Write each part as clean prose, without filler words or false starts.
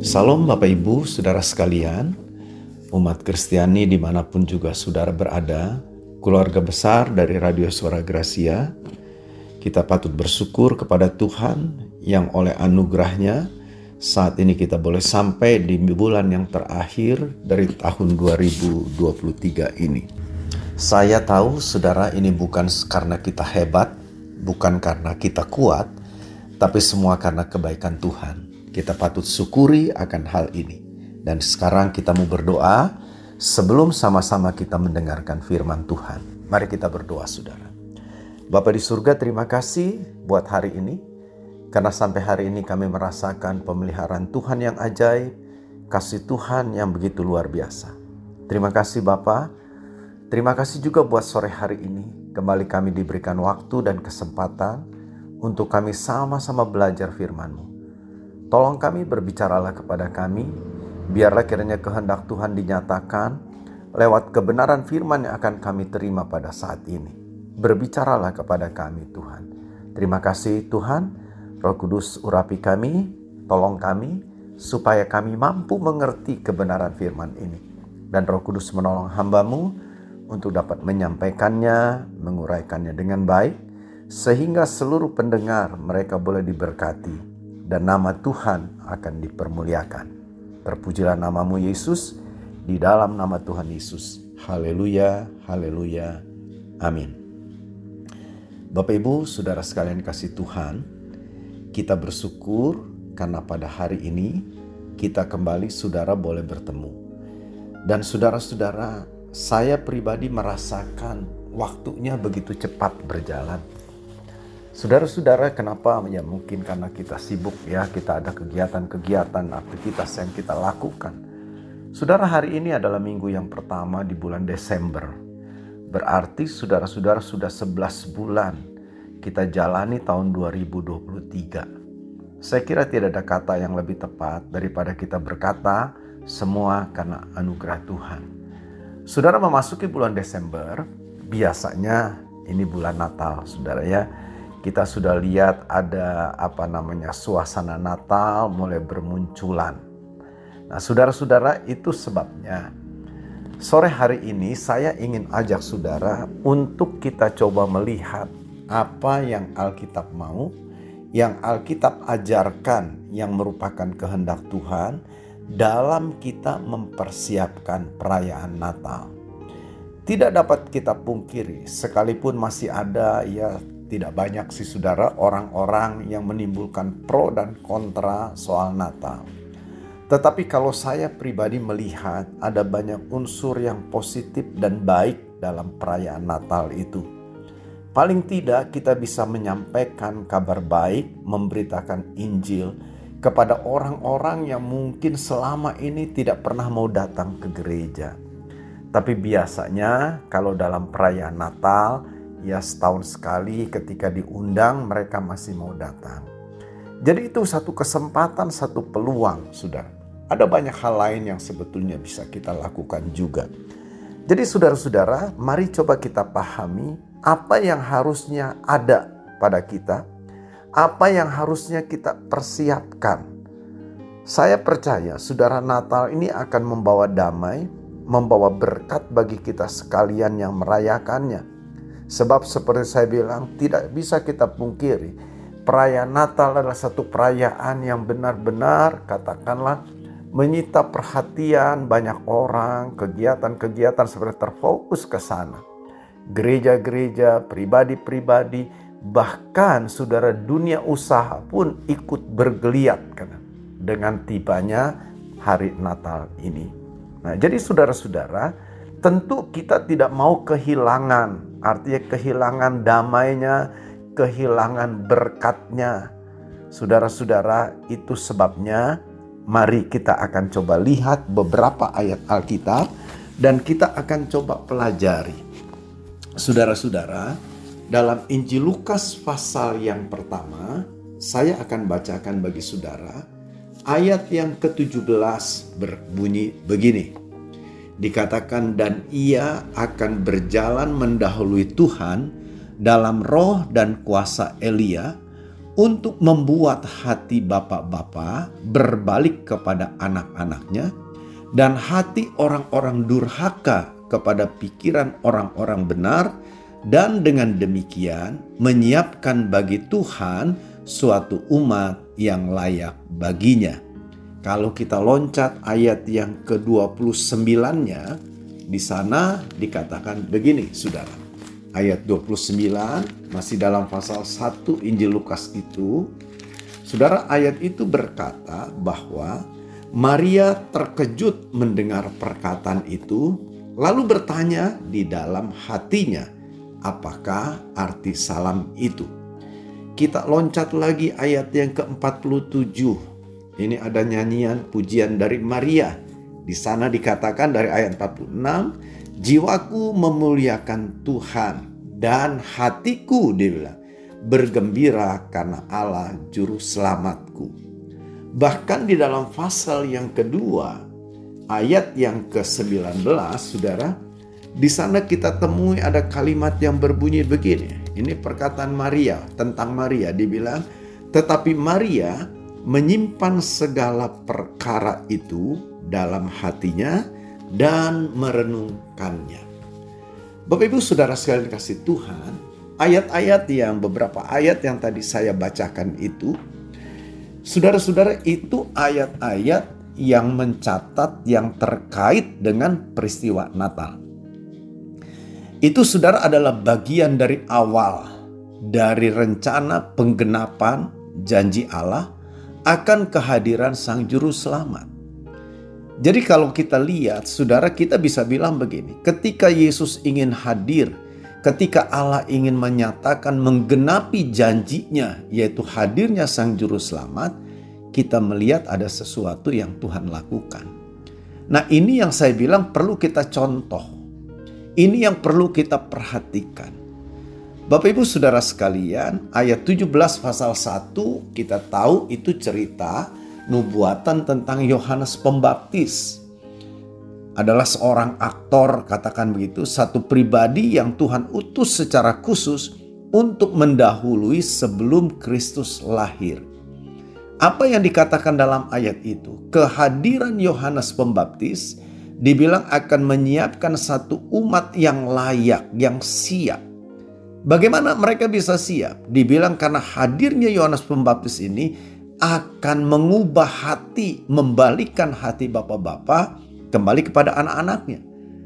Salam Bapak Ibu, Saudara sekalian, umat Kristiani dimanapun juga saudara berada, keluarga besar dari Radio Suara Gracia, kita patut bersyukur kepada Tuhan yang oleh anugerahnya saat ini kita boleh sampai di bulan yang terakhir dari tahun 2023 ini. Saya tahu saudara ini bukan karena kita hebat, bukan karena kita kuat, tapi semua karena kebaikan Tuhan. Kita patut syukuri akan hal ini. Dan sekarang kita mau berdoa sebelum sama-sama kita mendengarkan firman Tuhan. Mari kita berdoa saudara. Bapa di surga, terima kasih buat hari ini. Karena sampai hari ini kami merasakan pemeliharaan Tuhan yang ajaib, kasih Tuhan yang begitu luar biasa. Terima kasih Bapa. Terima kasih juga buat sore hari ini. Kembali kami diberikan waktu dan kesempatan untuk kami sama-sama belajar firman-Mu. Tolong kami, berbicaralah kepada kami, biarlah kiranya kehendak Tuhan dinyatakan lewat kebenaran firman yang akan kami terima pada saat ini. Berbicaralah kepada kami Tuhan. Terima kasih Tuhan, Roh Kudus urapi kami, tolong kami, supaya kami mampu mengerti kebenaran firman ini. Dan Roh Kudus menolong hamba-Mu untuk dapat menyampaikannya, menguraikannya dengan baik, sehingga seluruh pendengar mereka boleh diberkati. Dan nama Tuhan akan dipermuliakan. Terpujilah nama-Mu Yesus, di dalam nama Tuhan Yesus. Haleluya, haleluya, amin. Bapak Ibu, saudara sekalian kasih Tuhan, kita bersyukur karena pada hari ini kita kembali saudara boleh bertemu. Dan saudara-saudara, saya pribadi merasakan waktunya begitu cepat berjalan. Saudara-saudara, kenapa? Ya mungkin karena kita sibuk ya, kita ada kegiatan-kegiatan, aktivitas yang kita lakukan. Saudara, hari ini adalah minggu yang pertama di bulan Desember. Berarti saudara-saudara sudah 11 bulan kita jalani tahun 2023. Saya kira tidak ada kata yang lebih tepat daripada kita berkata semua karena anugerah Tuhan. Saudara, memasuki bulan Desember, biasanya ini bulan Natal, saudara ya. Kita sudah lihat ada suasana Natal mulai bermunculan. Nah, saudara-saudara, itu sebabnya sore hari ini saya ingin ajak saudara untuk kita coba melihat apa yang Alkitab mau, yang Alkitab ajarkan, yang merupakan kehendak Tuhan dalam kita mempersiapkan perayaan Natal. Tidak dapat kita pungkiri, sekalipun masih ada tidak banyak sih saudara orang-orang yang menimbulkan pro dan kontra soal Natal. Tetapi kalau saya pribadi melihat ada banyak unsur yang positif dan baik dalam perayaan Natal itu. Paling tidak kita bisa menyampaikan kabar baik, memberitakan Injil kepada orang-orang yang mungkin selama ini tidak pernah mau datang ke gereja. Tapi biasanya kalau dalam perayaan Natal, setahun sekali ketika diundang mereka masih mau datang. Jadi itu satu kesempatan, satu peluang, saudara. Ada banyak hal lain yang sebetulnya bisa kita lakukan juga. Jadi saudara-saudara, mari coba kita pahami apa yang harusnya ada pada kita, apa yang harusnya kita persiapkan. Saya percaya saudara, Natal ini akan membawa damai, membawa berkat bagi kita sekalian yang merayakannya. Sebab seperti saya bilang, tidak bisa kita pungkiri, perayaan Natal adalah satu perayaan yang benar-benar katakanlah menyita perhatian banyak orang, kegiatan-kegiatan seperti terfokus ke sana. Gereja-gereja, pribadi-pribadi, bahkan saudara dunia usaha pun ikut bergeliat dengan tibanya hari Natal ini. Nah, jadi saudara-saudara, tentu kita tidak mau kehilangan, artinya kehilangan damainya, kehilangan berkatnya. Saudara-saudara, itu sebabnya mari kita akan coba lihat beberapa ayat Alkitab dan kita akan coba pelajari. Saudara-saudara, dalam Injil Lukas pasal yang pertama, saya akan bacakan bagi saudara ayat yang ke-17 berbunyi begini. Dikatakan, dan ia akan berjalan mendahului Tuhan dalam roh dan kuasa Elia untuk membuat hati bapak-bapak berbalik kepada anak-anaknya dan hati orang-orang durhaka kepada pikiran orang-orang benar, dan dengan demikian menyiapkan bagi Tuhan suatu umat yang layak baginya. Kalau kita loncat ayat yang ke-29-nya, di sana dikatakan begini, saudara. Ayat 29 masih dalam pasal 1 Injil Lukas itu. Saudara, ayat itu berkata bahwa Maria terkejut mendengar perkataan itu, lalu bertanya di dalam hatinya, apakah arti salam itu? Kita loncat lagi ayat yang ke-47. Ini ada nyanyian pujian dari Maria. Di sana dikatakan dari ayat 46, jiwaku memuliakan Tuhan dan hatiku, dia bilang, bergembira karena Allah juru selamatku. Bahkan di dalam pasal yang kedua, ayat yang ke-19, saudara, di sana kita temui ada kalimat yang berbunyi begini. Ini perkataan Maria, tentang Maria, dibilang, tetapi Maria menyimpan segala perkara itu dalam hatinya dan merenungkannya. Bapak Ibu Saudara sekalian kasih Tuhan, ayat-ayat yang beberapa ayat yang tadi saya bacakan itu, saudara-saudara, itu ayat-ayat yang mencatat yang terkait dengan peristiwa Natal. Itu saudara adalah bagian dari awal dari rencana penggenapan janji Allah akan kehadiran Sang Juru Selamat. Jadi kalau kita lihat, saudara, kita bisa bilang begini. Ketika Yesus ingin hadir, ketika Allah ingin menyatakan menggenapi janjinya, yaitu hadirnya Sang Juru Selamat, kita melihat ada sesuatu yang Tuhan lakukan. Nah, ini yang saya bilang perlu kita contoh. Ini yang perlu kita perhatikan. Bapak Ibu Saudara sekalian, ayat 17 pasal 1 kita tahu itu cerita nubuatan tentang Yohanes Pembaptis. Adalah seorang aktor, katakan begitu, satu pribadi yang Tuhan utus secara khusus untuk mendahului sebelum Kristus lahir. Apa yang dikatakan dalam ayat itu? Kehadiran Yohanes Pembaptis dibilang akan menyiapkan satu umat yang layak, yang siap. Bagaimana mereka bisa siap? Dibilang karena hadirnya Yohanes Pembaptis ini akan mengubah hati, membalikkan hati bapak-bapak kembali kepada anak-anaknya.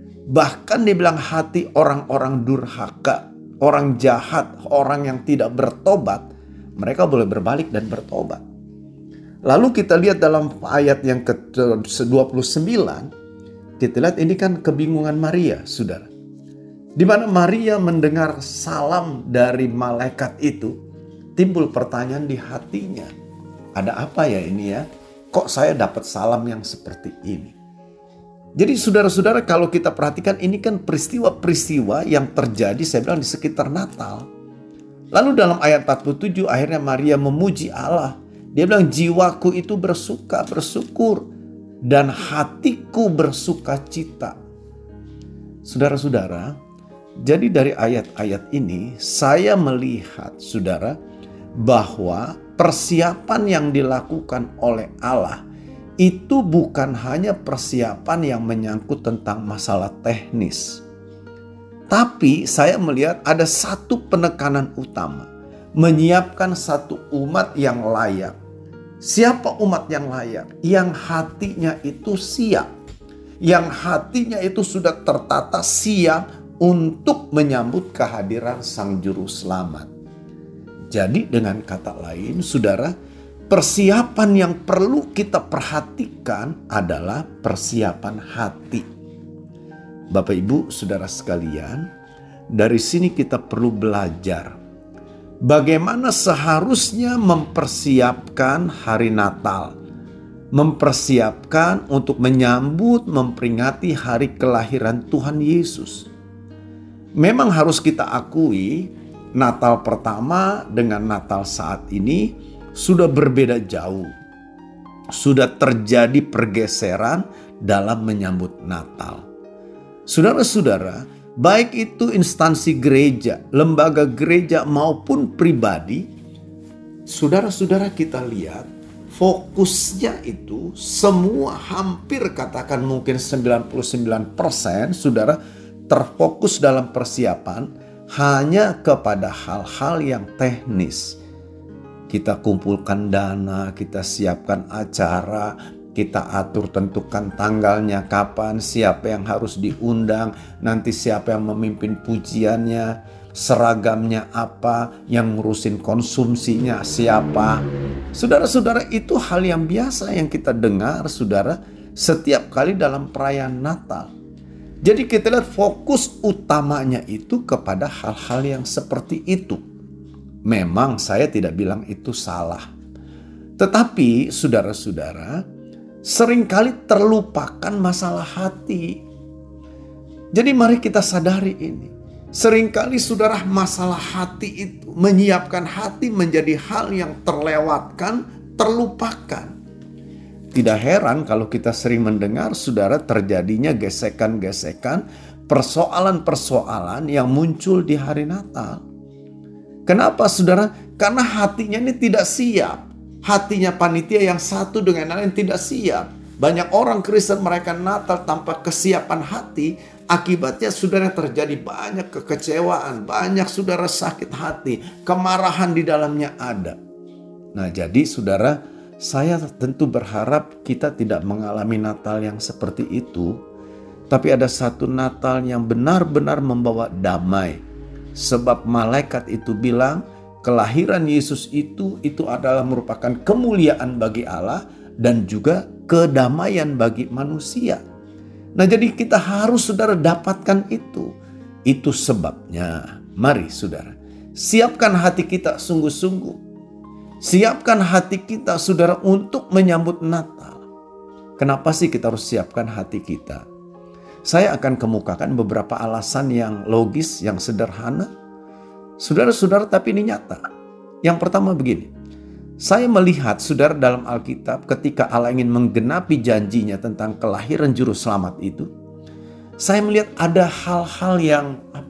Bahkan dibilang hati orang-orang durhaka, orang jahat, orang yang tidak bertobat, mereka boleh berbalik dan bertobat. Lalu kita lihat dalam ayat yang ke-29, kita lihat ini kan kebingungan Maria, saudara. Di mana Maria mendengar salam dari malaikat itu, timbul pertanyaan di hatinya. Ada apa ya ini ya? Kok saya dapat salam yang seperti ini? Jadi saudara-saudara, kalau kita perhatikan ini kan peristiwa-peristiwa yang terjadi saya bilang di sekitar Natal. Lalu dalam ayat 47 akhirnya Maria memuji Allah. Dia bilang jiwaku itu bersyukur dan hatiku bersuka cita. Saudara-saudara, jadi dari ayat-ayat ini saya melihat saudara bahwa persiapan yang dilakukan oleh Allah itu bukan hanya persiapan yang menyangkut tentang masalah teknis. Tapi saya melihat ada satu penekanan utama. Menyiapkan satu umat yang layak. Siapa umat yang layak? Yang hatinya itu siap. Yang hatinya itu sudah tertata siap untuk menyambut kehadiran Sang Juru Selamat. Jadi dengan kata lain, saudara, persiapan yang perlu kita perhatikan adalah persiapan hati. Bapak Ibu, saudara sekalian, dari sini kita perlu belajar bagaimana seharusnya mempersiapkan hari Natal. Mempersiapkan untuk menyambut, memperingati hari kelahiran Tuhan Yesus. Memang harus kita akui, Natal pertama dengan Natal saat ini sudah berbeda jauh. Sudah terjadi pergeseran dalam menyambut Natal. Saudara-saudara, baik itu instansi gereja, lembaga gereja maupun pribadi, saudara-saudara kita lihat, fokusnya itu semua hampir katakan mungkin 99% saudara terfokus dalam persiapan hanya kepada hal-hal yang teknis. Kita kumpulkan dana, kita siapkan acara, kita atur tentukan tanggalnya kapan, siapa yang harus diundang, nanti siapa yang memimpin pujiannya, seragamnya apa, yang ngurusin konsumsinya siapa. Saudara-saudara, itu hal yang biasa yang kita dengar saudara setiap kali dalam perayaan Natal. Jadi kita lihat fokus utamanya itu kepada hal-hal yang seperti itu. Memang saya tidak bilang itu salah. Tetapi saudara-saudara, seringkali terlupakan masalah hati. Jadi mari kita sadari ini. Seringkali saudara masalah hati itu, menyiapkan hati menjadi hal yang terlewatkan, terlupakan. Tidak heran kalau kita sering mendengar saudara terjadinya gesekan-gesekan, persoalan-persoalan yang muncul di hari Natal. Kenapa saudara? Karena hatinya ini tidak siap. Hatinya panitia yang satu dengan yang lain tidak siap. Banyak orang Kristen merayakan Natal tanpa kesiapan hati. Akibatnya saudara terjadi banyak kekecewaan. Banyak saudara sakit hati. Kemarahan di dalamnya ada. Nah jadi saudara, saya tentu berharap kita tidak mengalami Natal yang seperti itu. Tapi ada satu Natal yang benar-benar membawa damai. Sebab malaikat itu bilang kelahiran Yesus itu adalah merupakan kemuliaan bagi Allah dan juga kedamaian bagi manusia. Nah jadi kita harus saudara dapatkan itu. Itu sebabnya mari saudara siapkan hati kita sungguh-sungguh. Siapkan hati kita saudara untuk menyambut Natal. Kenapa sih kita harus siapkan hati kita? Saya akan kemukakan beberapa alasan yang logis, yang sederhana. Saudara-saudara, tapi ini nyata. Yang pertama begini. Saya melihat saudara dalam Alkitab ketika Allah ingin menggenapi janjinya tentang kelahiran juru selamat itu. Saya melihat ada hal-hal yang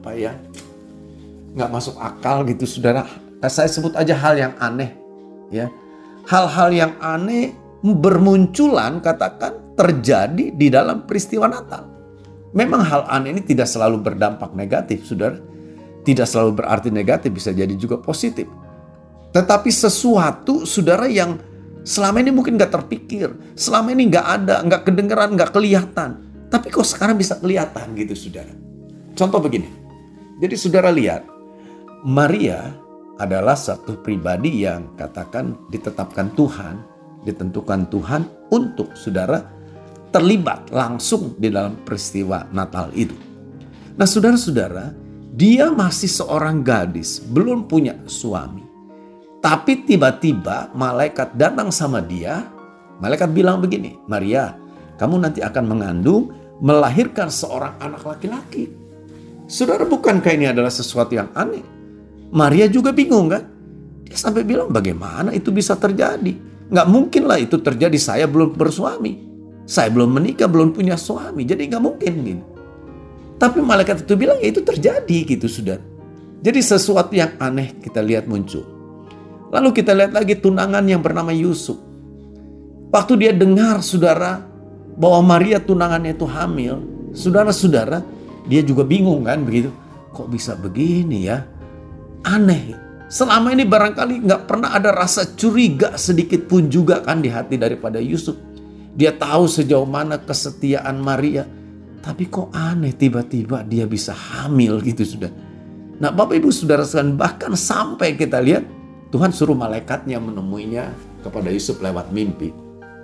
nggak masuk akal gitu saudara. Saya sebut aja hal yang aneh. Ya, hal-hal yang aneh bermunculan katakan terjadi di dalam peristiwa Natal. Memang hal aneh ini tidak selalu berdampak negatif, saudara. Tidak selalu berarti negatif, bisa jadi juga positif. Tetapi sesuatu, saudara, yang selama ini mungkin gak terpikir. Selama ini gak ada, gak kedengeran, gak kelihatan. Tapi kok sekarang bisa kelihatan gitu, saudara. Contoh begini. Jadi saudara lihat, Maria adalah satu pribadi yang katakan ditetapkan Tuhan, ditentukan Tuhan untuk saudara terlibat langsung di dalam peristiwa Natal itu. Nah saudara-saudara, dia masih seorang gadis, belum punya suami. Tapi tiba-tiba malaikat datang sama dia. Malaikat bilang begini, Maria, kamu nanti akan mengandung, melahirkan seorang anak laki-laki. Saudara, bukankah ini adalah sesuatu yang aneh? Maria juga bingung kan? Dia sampai bilang, bagaimana itu bisa terjadi? Nggak mungkin lah itu terjadi, saya belum bersuami. Saya belum menikah, belum punya suami. Jadi gak mungkin gitu. Tapi malaikat itu bilang ya itu terjadi gitu saudara. Jadi sesuatu yang aneh kita lihat muncul. Lalu kita lihat lagi tunangan yang bernama Yusuf. Waktu dia dengar saudara bahwa Maria tunangannya itu hamil. Saudara-saudara dia juga bingung kan begitu. Kok bisa begini ya? Aneh. Selama ini barangkali gak pernah ada rasa curiga sedikit pun juga kan di hati daripada Yusuf. Dia tahu sejauh mana kesetiaan Maria. Tapi kok aneh tiba-tiba dia bisa hamil gitu sudah. Nah Bapak Ibu Saudara sekalian, bahkan sampai kita lihat Tuhan suruh malaikatnya menemuinya kepada Yusuf lewat mimpi.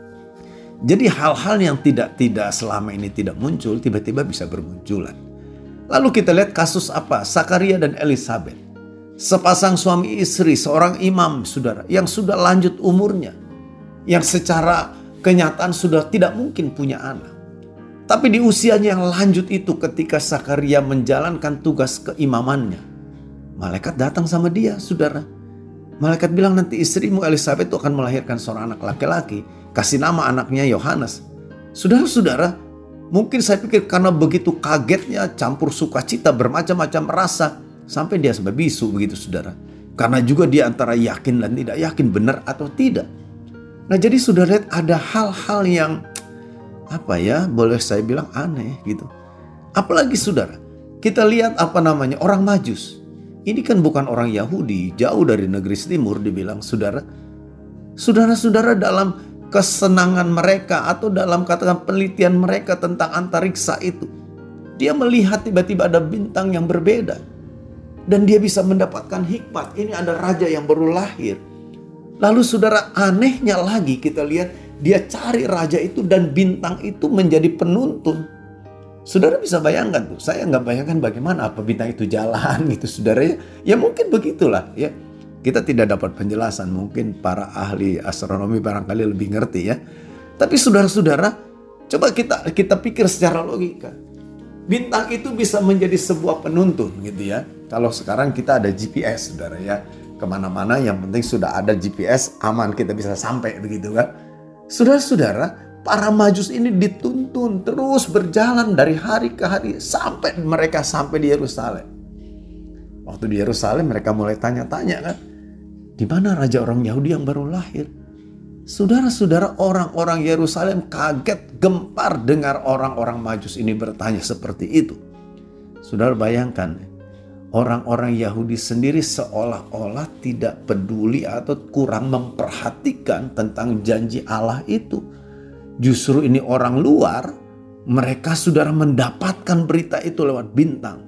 Jadi hal-hal yang tidak selama ini tidak muncul tiba-tiba bisa bermunculan. Lalu kita lihat kasus apa? Zakaria dan Elisabet. Sepasang suami istri, seorang imam saudara yang sudah lanjut umurnya. Yang secara kenyataan sudah tidak mungkin punya anak. Tapi di usianya yang lanjut itu ketika Zakaria menjalankan tugas keimamannya. Malaikat datang sama dia, saudara. Malaikat bilang nanti istrimu Elisabet itu akan melahirkan seorang anak laki-laki. Kasih nama anaknya Yohanes. Saudara-saudara, mungkin saya pikir karena begitu kagetnya campur sukacita bermacam-macam rasa. Sampai dia sampai bisu begitu saudara. Karena juga dia antara yakin dan tidak yakin, benar atau tidak. Nah, jadi saudara lihat ada hal-hal yang boleh saya bilang aneh gitu. Apalagi saudara, kita lihat orang Majus. Ini kan bukan orang Yahudi, jauh dari negeri timur, dibilang saudara-saudara dalam kesenangan mereka atau dalam katakan penelitian mereka tentang antariksa itu. Dia melihat tiba-tiba ada bintang yang berbeda. Dan dia bisa mendapatkan hikmat. Ini ada raja yang baru lahir. Lalu saudara, anehnya lagi kita lihat dia cari raja itu dan bintang itu menjadi penuntun. Saudara bisa bayangkan tuh. Saya nggak bayangkan bagaimana apa bintang itu jalan gitu saudara. Ya mungkin begitulah ya. Kita tidak dapat penjelasan. Mungkin para ahli astronomi barangkali lebih ngerti ya. Tapi saudara-saudara, coba kita pikir secara logika. Bintang itu bisa menjadi sebuah penuntun gitu ya. Kalau sekarang kita ada GPS saudara ya. Kemana-mana yang penting sudah ada GPS, aman, kita bisa sampai begitu kan. Saudara-saudara, para Majus ini dituntun terus berjalan dari hari ke hari sampai mereka sampai di Yerusalem. Waktu di Yerusalem mereka mulai tanya-tanya kan. Di mana raja orang Yahudi yang baru lahir? Saudara-saudara, orang-orang Yerusalem kaget, gempar dengar orang-orang Majus ini bertanya seperti itu. Saudara bayangkan, orang-orang Yahudi sendiri seolah-olah tidak peduli atau kurang memperhatikan tentang janji Allah itu. Justru ini orang luar, mereka saudara mendapatkan berita itu lewat bintang.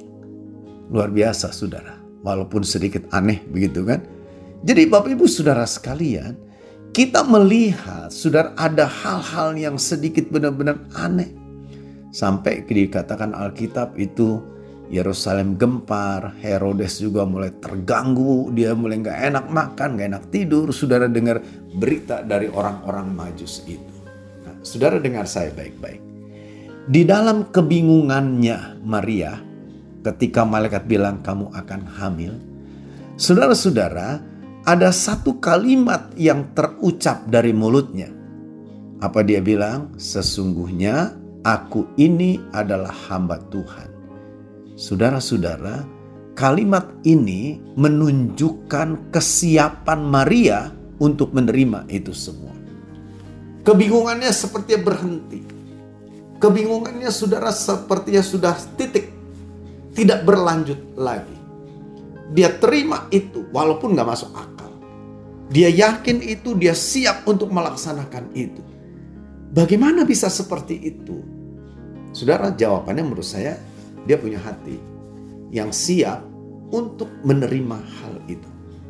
Luar biasa saudara, walaupun sedikit aneh begitu kan. Jadi Bapak Ibu saudara sekalian, kita melihat saudara ada hal-hal yang sedikit benar-benar aneh. Sampai dikatakan Alkitab itu Yerusalem gempar, Herodes juga mulai terganggu, dia mulai gak enak makan, gak enak tidur. Saudara dengar berita dari orang-orang Majus itu. Nah, saudara dengar saya baik-baik. Di dalam kebingungannya Maria, ketika malaikat bilang kamu akan hamil, saudara-saudara, ada satu kalimat yang terucap dari mulutnya. Apa dia bilang? Sesungguhnya aku ini adalah hamba Tuhan. Saudara-saudara, kalimat ini menunjukkan kesiapan Maria untuk menerima itu semua. Kebingungannya sepertinya berhenti. Kebingungannya saudara sepertinya sudah titik. Tidak berlanjut lagi. Dia terima itu walaupun gak masuk akal. Dia yakin itu, dia siap untuk melaksanakan itu. Bagaimana bisa seperti itu? Saudara, jawabannya menurut saya, dia punya hati yang siap untuk menerima hal itu.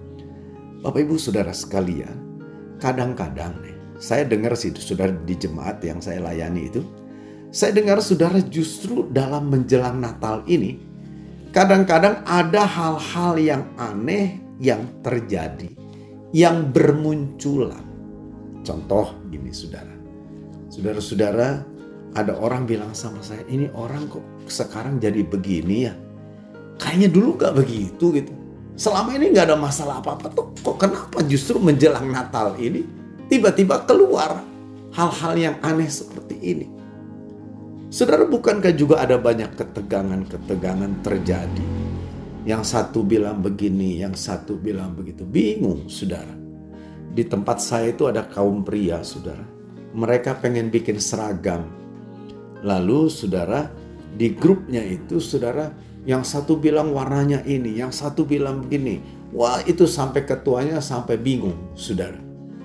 Bapak Ibu saudara sekalian, kadang-kadang saya dengar sih saudara di jemaat yang saya layani itu, saya dengar saudara justru dalam menjelang Natal ini, kadang-kadang ada hal-hal yang aneh yang terjadi, yang bermunculan. Contoh gini saudara. Saudara-saudara, ada orang bilang sama saya, ini orang kok sekarang jadi begini ya. Kayaknya dulu gak begitu gitu. Selama ini gak ada masalah apa-apa tuh. Kok kenapa justru menjelang Natal ini tiba-tiba keluar hal-hal yang aneh seperti ini. Saudara, bukankah juga ada banyak ketegangan-ketegangan terjadi? Yang satu bilang begini, yang satu bilang begitu. Bingung, saudara. Di tempat saya itu ada kaum pria, saudara. Mereka pengen bikin seragam. Lalu, saudara, di grupnya itu, saudara, yang satu bilang warnanya ini, yang satu bilang begini. Wah, itu sampai ketuanya sampai bingung, saudara.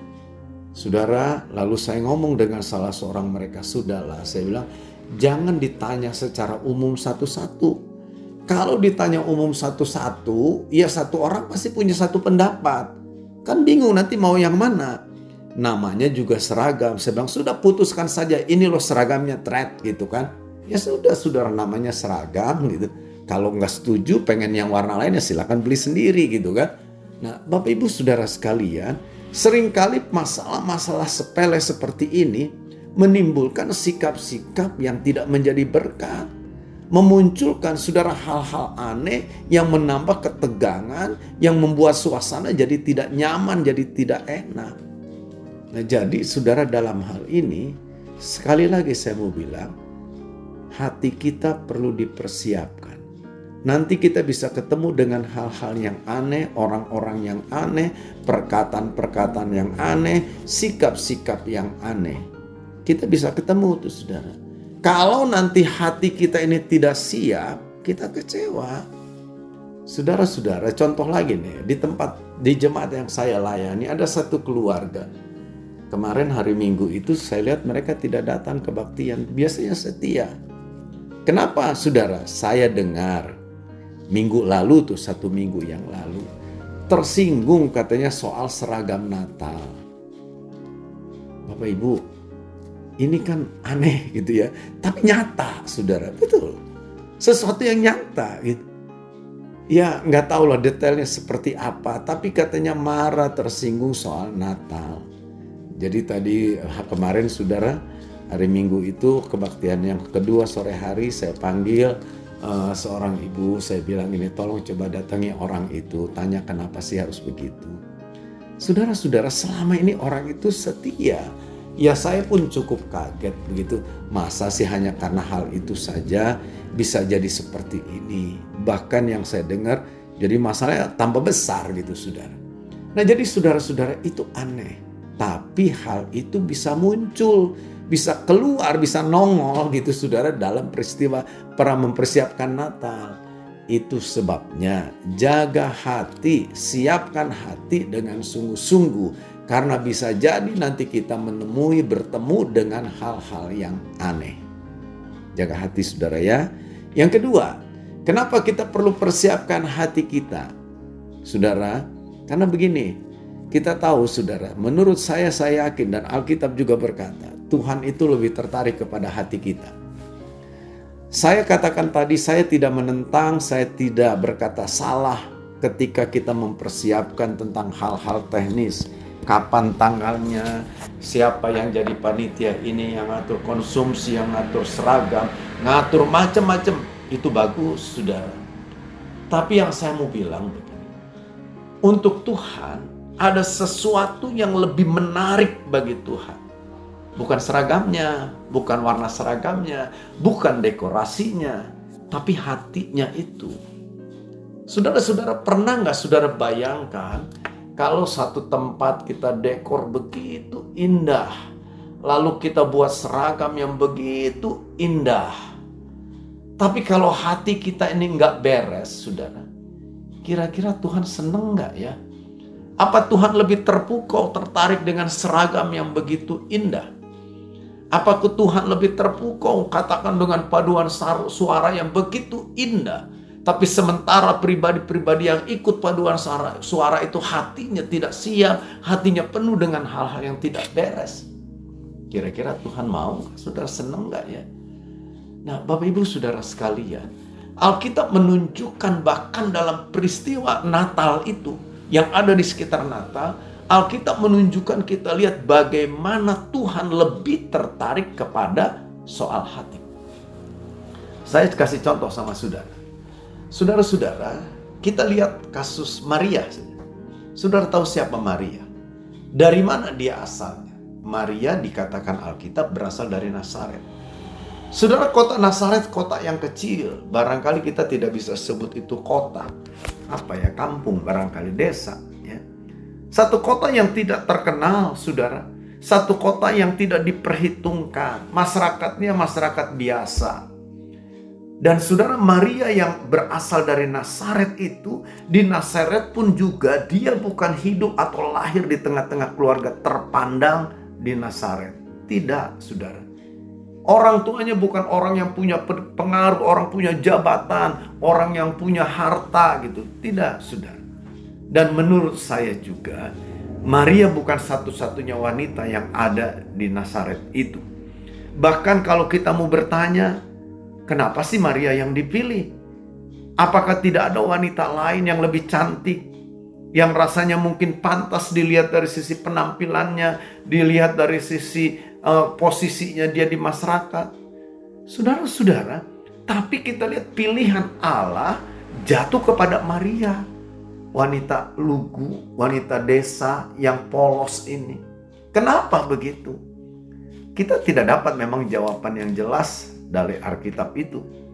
Saudara, lalu saya ngomong dengan salah seorang mereka, sudahlah, saya bilang, jangan ditanya secara umum satu-satu. Kalau ditanya umum satu-satu, ya satu orang pasti punya satu pendapat. Kan bingung nanti mau yang mana. Namanya juga seragam. Saya bilang sudah putuskan saja, ini loh seragamnya thread gitu kan. Ya sudah, saudara, namanya seragam gitu. Kalau nggak setuju pengen yang warna lain ya silakan beli sendiri gitu kan. Nah Bapak Ibu saudara sekalian, seringkali masalah-masalah sepele seperti ini menimbulkan sikap-sikap yang tidak menjadi berkat. Memunculkan saudara hal-hal aneh yang menambah ketegangan, yang membuat suasana jadi tidak nyaman, jadi tidak enak. Nah jadi saudara dalam hal ini, sekali lagi saya mau bilang, hati kita perlu dipersiapkan. Nanti kita bisa ketemu dengan hal-hal yang aneh, orang-orang yang aneh, perkataan-perkataan yang aneh, sikap-sikap yang aneh. Kita bisa ketemu tuh saudara. Kalau nanti hati kita ini tidak siap, kita kecewa. Saudara-saudara, contoh lagi nih, di jemaat yang saya layani ada satu keluarga. Kemarin hari Minggu itu saya lihat mereka tidak datang kebaktian, biasanya setia. Kenapa saudara? Saya dengar minggu lalu tuh, 1 minggu yang lalu, tersinggung katanya soal seragam Natal. Bapak Ibu, ini kan aneh gitu ya, tapi nyata saudara, betul. Sesuatu yang nyata gitu. Ya nggak tahu lah detailnya seperti apa, tapi katanya marah, tersinggung soal Natal. Jadi tadi kemarin saudara, hari Minggu itu kebaktian yang kedua sore hari saya panggil seorang ibu, saya bilang ini tolong coba datangi orang itu, tanya kenapa sih harus begitu. Saudara-saudara, selama ini orang itu setia. Ya saya pun cukup kaget begitu. Masa sih hanya karena hal itu saja bisa jadi seperti ini. Bahkan yang saya dengar jadi masalahnya tambah besar gitu saudara. Nah jadi saudara-saudara itu aneh. Tapi hal itu bisa muncul, bisa keluar, bisa nongol gitu saudara dalam peristiwa mempersiapkan Natal. Itu sebabnya jaga hati, siapkan hati dengan sungguh-sungguh. Karena bisa jadi nanti kita bertemu dengan hal-hal yang aneh. Jaga hati saudara ya. Yang kedua, kenapa kita perlu persiapkan hati kita? Saudara, karena begini. Kita tahu saudara, menurut saya yakin dan Alkitab juga berkata, Tuhan itu lebih tertarik kepada hati kita. Saya katakan tadi, saya tidak menentang, saya tidak berkata salah ketika kita mempersiapkan tentang hal-hal teknis. Kapan tanggalnya, siapa yang jadi panitia ini, yang ngatur konsumsi, yang ngatur seragam, ngatur macam-macam. Itu bagus saudara. Tapi yang saya mau bilang begini, untuk Tuhan, ada sesuatu yang lebih menarik bagi Tuhan. Bukan seragamnya, bukan warna seragamnya, bukan dekorasinya, tapi hatinya itu. Saudara-saudara, pernah nggak saudara bayangkan kalau satu tempat kita dekor begitu indah, lalu kita buat seragam yang begitu indah. Tapi kalau hati kita ini nggak beres, saudara, kira-kira Tuhan seneng nggak ya? Apa Tuhan lebih terpukau, tertarik dengan seragam yang begitu indah? Apakah Tuhan lebih terpukau, katakan dengan paduan suara yang begitu indah? Tapi sementara pribadi-pribadi yang ikut paduan suara itu hatinya tidak siap, hatinya penuh dengan hal-hal yang tidak beres. Kira-kira Tuhan mau? Saudara senang nggak ya? Nah Bapak Ibu saudara sekalian, Alkitab menunjukkan bahkan dalam peristiwa Natal itu, yang ada di sekitar Natal, Alkitab menunjukkan kita lihat bagaimana Tuhan lebih tertarik kepada soal hati. Saya kasih contoh sama saudara. Saudara-saudara, kita lihat kasus Maria. Saudara tahu siapa Maria? Dari mana dia asalnya? Maria dikatakan Alkitab berasal dari Nazaret. Saudara, kota Nazaret kota yang kecil. Barangkali kita tidak bisa sebut itu kota. Kampung, barangkali desa. Ya. Satu kota yang tidak terkenal, saudara. Satu kota yang tidak diperhitungkan. Masyarakatnya masyarakat biasa. Dan saudara, Maria yang berasal dari Nazaret itu, di Nazaret pun juga dia bukan hidup atau lahir di tengah-tengah keluarga terpandang di Nazaret. Tidak, saudara. Orang tuanya bukan orang yang punya pengaruh, orang punya jabatan, orang yang punya harta gitu. Tidak, saudara. Dan menurut saya juga, Maria bukan satu-satunya wanita yang ada di Nazaret itu. Bahkan kalau kita mau bertanya, kenapa sih Maria yang dipilih? Apakah tidak ada wanita lain yang lebih cantik, yang rasanya mungkin pantas dilihat dari sisi penampilannya, dilihat dari sisi posisinya dia di masyarakat? Saudara-saudara, tapi kita lihat pilihan Allah jatuh kepada Maria, wanita lugu, wanita desa yang polos ini. Kenapa begitu? Kita tidak dapat memang jawaban yang jelas dari Alkitab itu.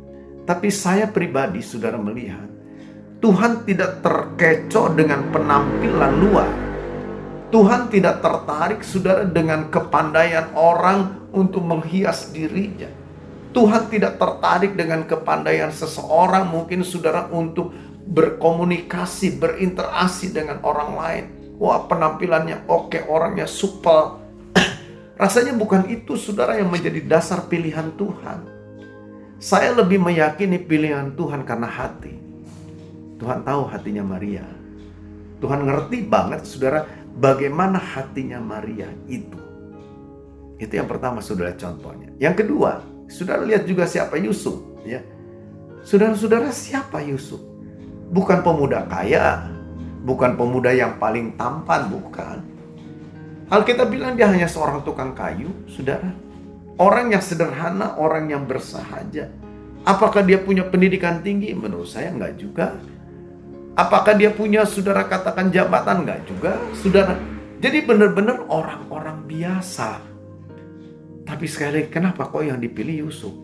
Tapi saya pribadi, saudara, melihat Tuhan tidak terkecoh dengan penampilan luar. Tuhan tidak tertarik, saudara, dengan kepandaian orang untuk menghias dirinya. Tuhan tidak tertarik dengan kepandaian seseorang, mungkin saudara, untuk berkomunikasi, berinteraksi dengan orang lain. Wah, penampilannya oke, orangnya supel. Rasanya bukan itu, saudara, yang menjadi dasar pilihan Tuhan. Saya lebih meyakini pilihan Tuhan karena hati. Tuhan tahu hatinya Maria. Tuhan ngerti banget, saudara, bagaimana hatinya Maria itu. Itu yang pertama, saudara, contohnya. Yang kedua, saudara lihat juga siapa Yusuf, ya. Saudara-saudara, siapa Yusuf? Bukan pemuda kaya, bukan pemuda yang paling tampan, bukan. Alkitab bilang dia hanya seorang tukang kayu, saudara. Orang yang sederhana, orang yang bersahaja. Apakah dia punya pendidikan tinggi? Menurut saya enggak juga. Apakah dia punya, saudara, katakan jabatan? Enggak juga, saudara. Jadi benar-benar orang-orang biasa. Tapi sekali lagi, kenapa kok yang dipilih Yusuf?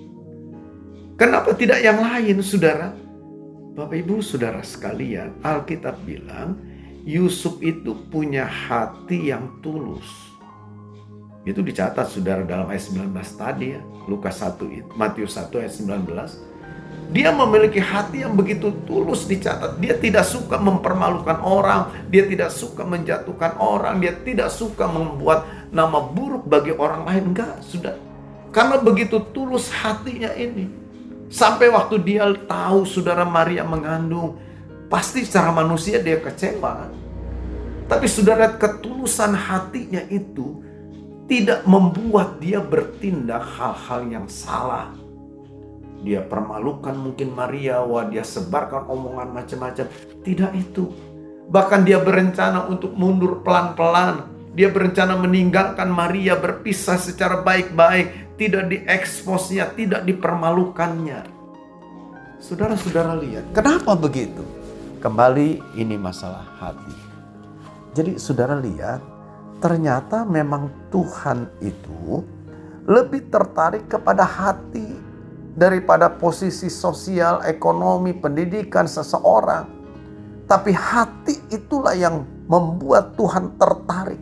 Kenapa tidak yang lain, saudara? Bapak Ibu saudara sekalian, Alkitab bilang Yusuf itu punya hati yang tulus. Itu dicatat, saudara, dalam ayat 19 tadi, ya. Lukas 1 itu, Matius 1 ayat 19. Dia memiliki hati yang begitu tulus, dicatat. Dia tidak suka mempermalukan orang. Dia tidak suka menjatuhkan orang. Dia tidak suka membuat nama buruk bagi orang lain. Enggak, sudah. Karena begitu tulus hatinya ini. Sampai waktu dia tahu, saudara, Maria mengandung. Pasti secara manusia dia kecewa. Tapi saudara, ketulusan hatinya itu tidak membuat dia bertindak hal-hal yang salah. Dia permalukan mungkin Maria, wah dia sebarkan omongan macam-macam. Tidak itu. Bahkan dia berencana untuk mundur pelan-pelan. Dia berencana meninggalkan Maria, berpisah secara baik-baik. Tidak dieksposnya, tidak dipermalukannya. Saudara-saudara lihat, kenapa begitu? Kembali, ini masalah hati. Jadi saudara lihat, ternyata memang Tuhan itu lebih tertarik kepada hati daripada posisi sosial, ekonomi, pendidikan seseorang. Tapi hati itulah yang membuat Tuhan tertarik.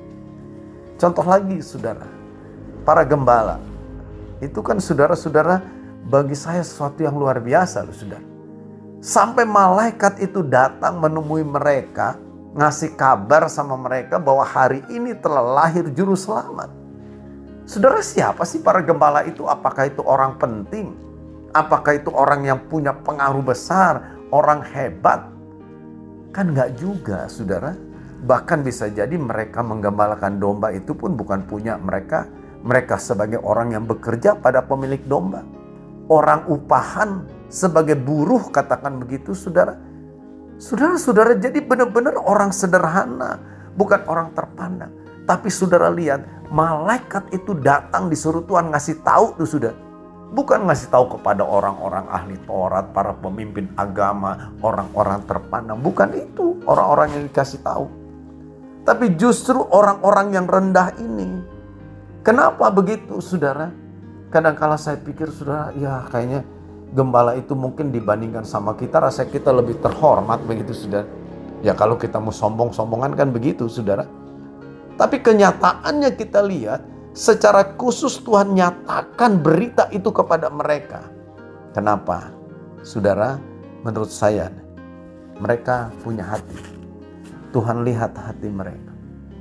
Contoh lagi, saudara, para gembala. Itu kan, saudara-saudara, bagi saya sesuatu yang luar biasa, loh, saudara. Sampai malaikat itu datang menemui mereka, ngasih kabar sama mereka bahwa hari ini telah lahir juru selamat. Saudara, siapa sih para gembala itu? Apakah itu orang penting? Apakah itu orang yang punya pengaruh besar? Orang hebat? Kan enggak juga, saudara. Bahkan bisa jadi mereka menggembalakan domba itu pun bukan punya mereka. Mereka sebagai orang yang bekerja pada pemilik domba. Orang upahan sebagai buruh, katakan begitu, saudara. Saudara-saudara, jadi benar-benar orang sederhana. Bukan orang terpandang. Tapi saudara lihat, malaikat itu datang disuruh Tuhan ngasih tahu tuh, sudah. Bukan ngasih tahu kepada orang-orang ahli Taurat, para pemimpin agama, orang-orang terpandang. Bukan itu orang-orang yang dikasih tahu. Tapi justru orang-orang yang rendah ini. Kenapa begitu, saudara? Kadang-kala saya pikir, saudara, ya kayaknya gembala itu mungkin dibandingkan sama kita, rasa kita lebih terhormat begitu, saudara. Ya kalau kita mau sombong-sombongan kan begitu, saudara. Tapi kenyataannya kita lihat, secara khusus Tuhan nyatakan berita itu kepada mereka. Kenapa? Saudara, menurut saya, mereka punya hati. Tuhan lihat hati mereka.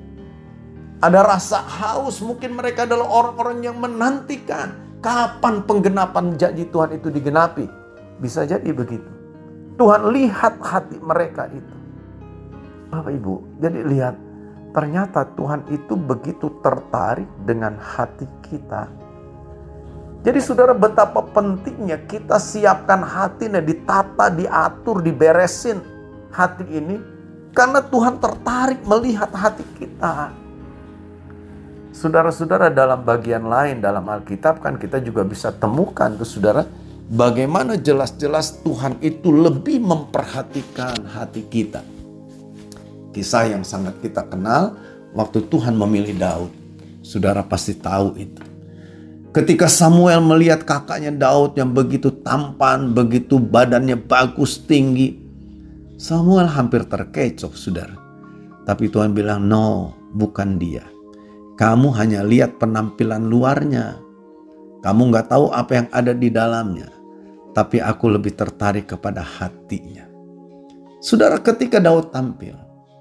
Ada rasa haus, mungkin mereka adalah orang-orang yang menantikan kapan penggenapan janji Tuhan itu digenapi. Bisa jadi begitu. Tuhan lihat hati mereka itu. Bapak Ibu, jadi lihat. Ternyata Tuhan itu begitu tertarik dengan hati kita. Jadi saudara, betapa pentingnya kita siapkan hati, ditata, diatur, diberesin hati ini. Karena Tuhan tertarik melihat hati kita. Saudara-saudara, dalam bagian lain dalam Alkitab kan kita juga bisa temukan tuh, saudara, bagaimana jelas-jelas Tuhan itu lebih memperhatikan hati kita. Kisah yang sangat kita kenal waktu Tuhan memilih Daud. Saudara pasti tahu itu. Ketika Samuel melihat kakaknya Daud yang begitu tampan, begitu badannya bagus, tinggi, Samuel hampir terkecoh, saudara. Tapi Tuhan bilang, no, bukan dia. Kamu hanya lihat penampilan luarnya. Kamu gak tahu apa yang ada di dalamnya. Tapi aku lebih tertarik kepada hatinya. Saudara, ketika Daud tampil,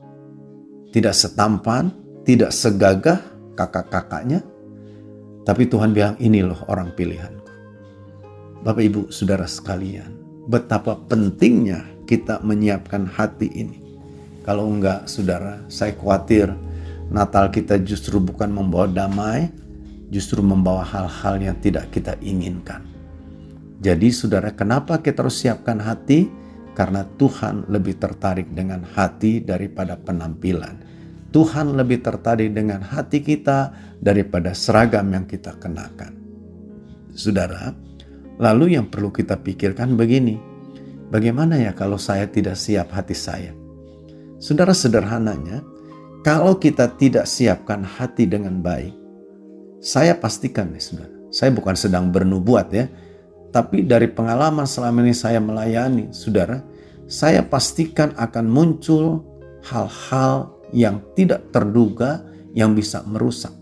tidak setampan, tidak segagah kakak-kakaknya, tapi Tuhan bilang, ini loh orang pilihanku. Bapak Ibu Saudara sekalian, betapa pentingnya kita menyiapkan hati ini. Kalau enggak, saudara, saya khawatir Natal kita justru bukan membawa damai, justru membawa hal-hal yang tidak kita inginkan. Jadi saudara, kenapa kita harus siapkan hati? Karena Tuhan lebih tertarik dengan hati daripada penampilan. Tuhan lebih tertarik dengan hati kita daripada seragam yang kita kenakan. Saudara, lalu yang perlu kita pikirkan begini, bagaimana ya kalau saya tidak siap hati saya? Saudara, sederhananya, kalau kita tidak siapkan hati dengan baik, saya pastikan nih saudara, saya bukan sedang bernubuat ya, tapi dari pengalaman selama ini saya melayani, saudara, saya pastikan akan muncul hal-hal yang tidak terduga yang bisa merusak.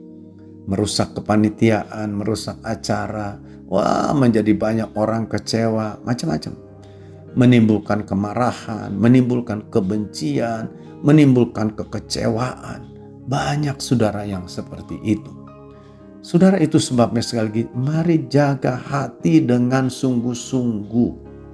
Merusak kepanitiaan, merusak acara, menjadi banyak orang kecewa, macam-macam. Menimbulkan kemarahan, menimbulkan kebencian, menimbulkan kekecewaan. Banyak saudara yang seperti itu. Saudara, itu sebabnya sekali lagi, mari jaga hati dengan sungguh-sungguh.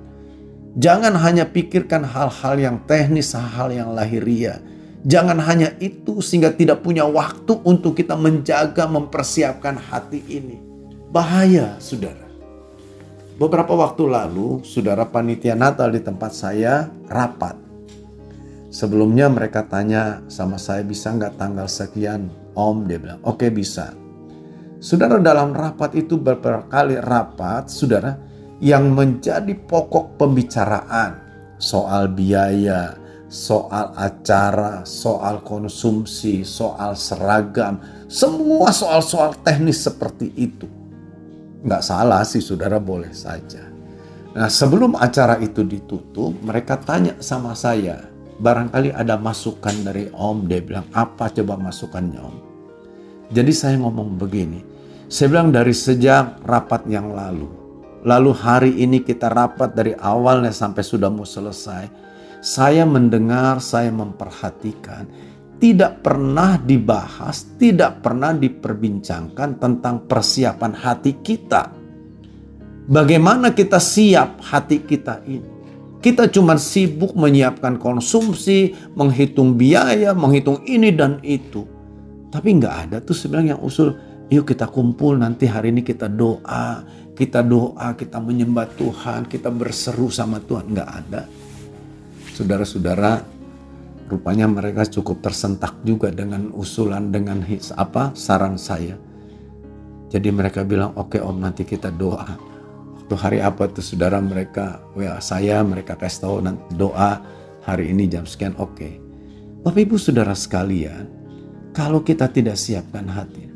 Jangan hanya pikirkan hal-hal yang teknis, hal-hal yang lahiriah. Jangan hanya itu sehingga tidak punya waktu untuk kita menjaga, mempersiapkan hati ini. Bahaya, saudara. Beberapa waktu lalu, saudara, panitia Natal di tempat saya rapat. Sebelumnya mereka tanya sama saya, bisa nggak tanggal sekian, Om? Dia bilang, oke, bisa. Saudara, dalam rapat itu beberapa kali rapat, saudara, yang menjadi pokok pembicaraan soal biaya, soal acara, soal konsumsi, soal seragam, semua soal-soal teknis seperti itu. Nggak salah sih saudara, boleh saja. Nah, sebelum acara itu ditutup, mereka tanya sama saya, barangkali ada masukan dari Om. Dia bilang, apa coba masukannya Om? Jadi saya ngomong begini, saya bilang dari sejak rapat yang lalu hari ini kita rapat dari awalnya sampai sudah mau selesai, saya mendengar, saya memperhatikan, tidak pernah dibahas, tidak pernah diperbincangkan tentang persiapan hati kita. Bagaimana kita siap hati kita ini? Kita cuma sibuk menyiapkan konsumsi, menghitung biaya, menghitung ini dan itu. Tapi nggak ada tuh sebenarnya yang usul, yuk kita kumpul nanti hari ini kita doa, kita menyembah Tuhan, kita berseru sama Tuhan. Nggak ada. Saudara-saudara, rupanya mereka cukup tersentak juga dengan usulan, dengan saran saya. Jadi mereka bilang, oke Om, nanti kita doa. Waktu hari apa tuh saudara, mereka WA saya, mereka kasih tahu nanti doa hari ini jam sekian, oke. Bapak Ibu Saudara sekalian, kalau kita tidak siapkan hati,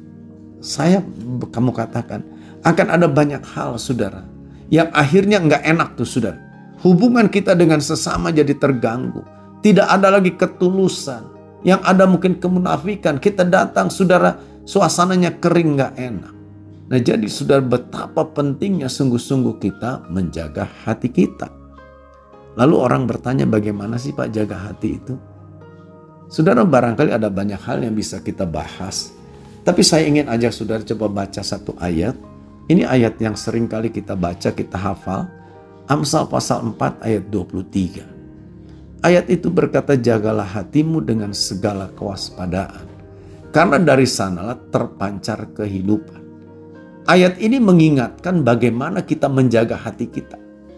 kamu katakan, akan ada banyak hal saudara, yang akhirnya nggak enak tuh saudara. Hubungan kita dengan sesama jadi terganggu. Tidak ada lagi ketulusan. Yang ada mungkin kemunafikan. Kita datang saudara, suasananya kering gak enak. Nah jadi saudara, betapa pentingnya sungguh-sungguh kita menjaga hati kita. Lalu orang bertanya, bagaimana sih Pak jaga hati itu? Saudara, barangkali ada banyak hal yang bisa kita bahas. Tapi saya ingin ajak saudara coba baca satu ayat. Ini ayat yang sering kali kita baca, kita hafal. Amsal pasal 4 ayat 23. Ayat itu berkata, jagalah hatimu dengan segala kewaspadaan, karena dari sanalah terpancar kehidupan. Ayat ini mengingatkan bagaimana kita menjaga hati kita.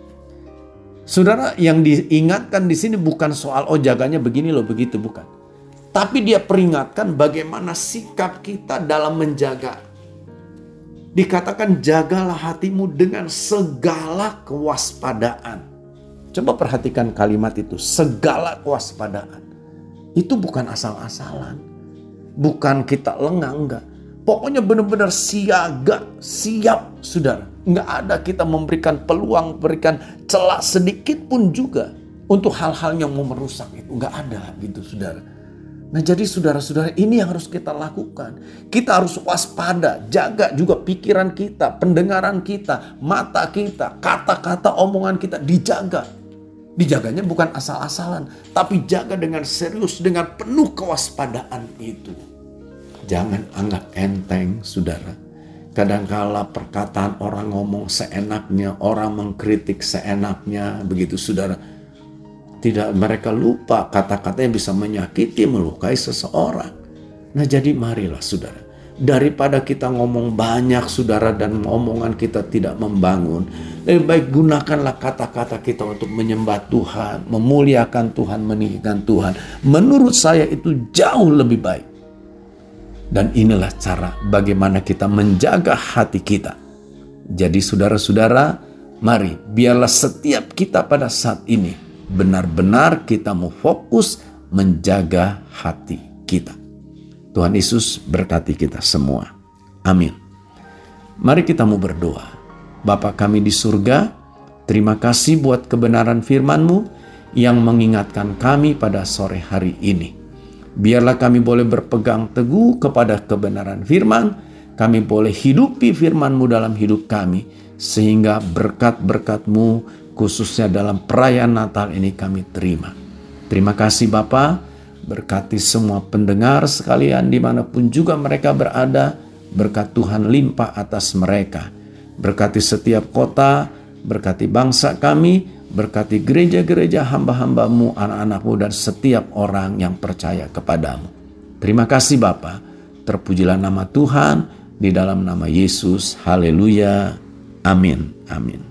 Saudara, yang diingatkan di sini bukan soal jaganya begini loh, begitu, bukan. Tapi dia peringatkan bagaimana sikap kita dalam menjaga. Dikatakan jagalah hatimu dengan segala kewaspadaan. Coba perhatikan kalimat itu, segala kewaspadaan. Itu bukan asal-asalan. Bukan kita lengah, enggak. Pokoknya benar-benar siaga, siap saudara. Nggak ada kita memberikan peluang, berikan celah sedikit pun juga untuk hal-hal yang mau merusak itu. Nggak ada gitu saudara. Nah jadi saudara-saudara, ini yang harus kita lakukan. Kita harus waspada, jaga juga pikiran kita, pendengaran kita, mata kita, kata-kata omongan kita dijaga. Dijaganya bukan asal-asalan, tapi jaga dengan serius, dengan penuh kewaspadaan itu. Jangan anggap enteng saudara. Kadangkala perkataan orang ngomong seenaknya, orang mengkritik seenaknya, begitu saudara. Tidak, mereka lupa kata-kata yang bisa menyakiti, melukai seseorang. Nah jadi marilah saudara. Daripada kita ngomong banyak saudara dan omongan kita tidak membangun. Lebih baik gunakanlah kata-kata kita untuk menyembah Tuhan, memuliakan Tuhan, meninggikan Tuhan. Menurut saya itu jauh lebih baik. Dan inilah cara bagaimana kita menjaga hati kita. Jadi saudara-saudara, mari biarlah setiap kita pada saat ini benar-benar kita mau fokus menjaga hati kita. Tuhan Yesus berkati kita semua. Amin. Mari kita mau berdoa. Bapa kami di surga, terima kasih buat kebenaran firman-Mu yang mengingatkan kami pada sore hari ini. Biarlah kami boleh berpegang teguh kepada kebenaran firman, kami boleh hidupi firman-Mu dalam hidup kami, sehingga berkat-berkat-Mu khususnya dalam perayaan Natal ini kami terima. Terima kasih Bapa, berkati semua pendengar sekalian dimanapun juga mereka berada, berkat Tuhan limpah atas mereka. Berkati setiap kota, berkati bangsa kami, berkati gereja-gereja hamba-hamba-Mu, anak-anak-Mu dan setiap orang yang percaya kepadamu. Terima kasih Bapa, terpujilah nama Tuhan di dalam nama Yesus. Haleluya. Amin. Amin.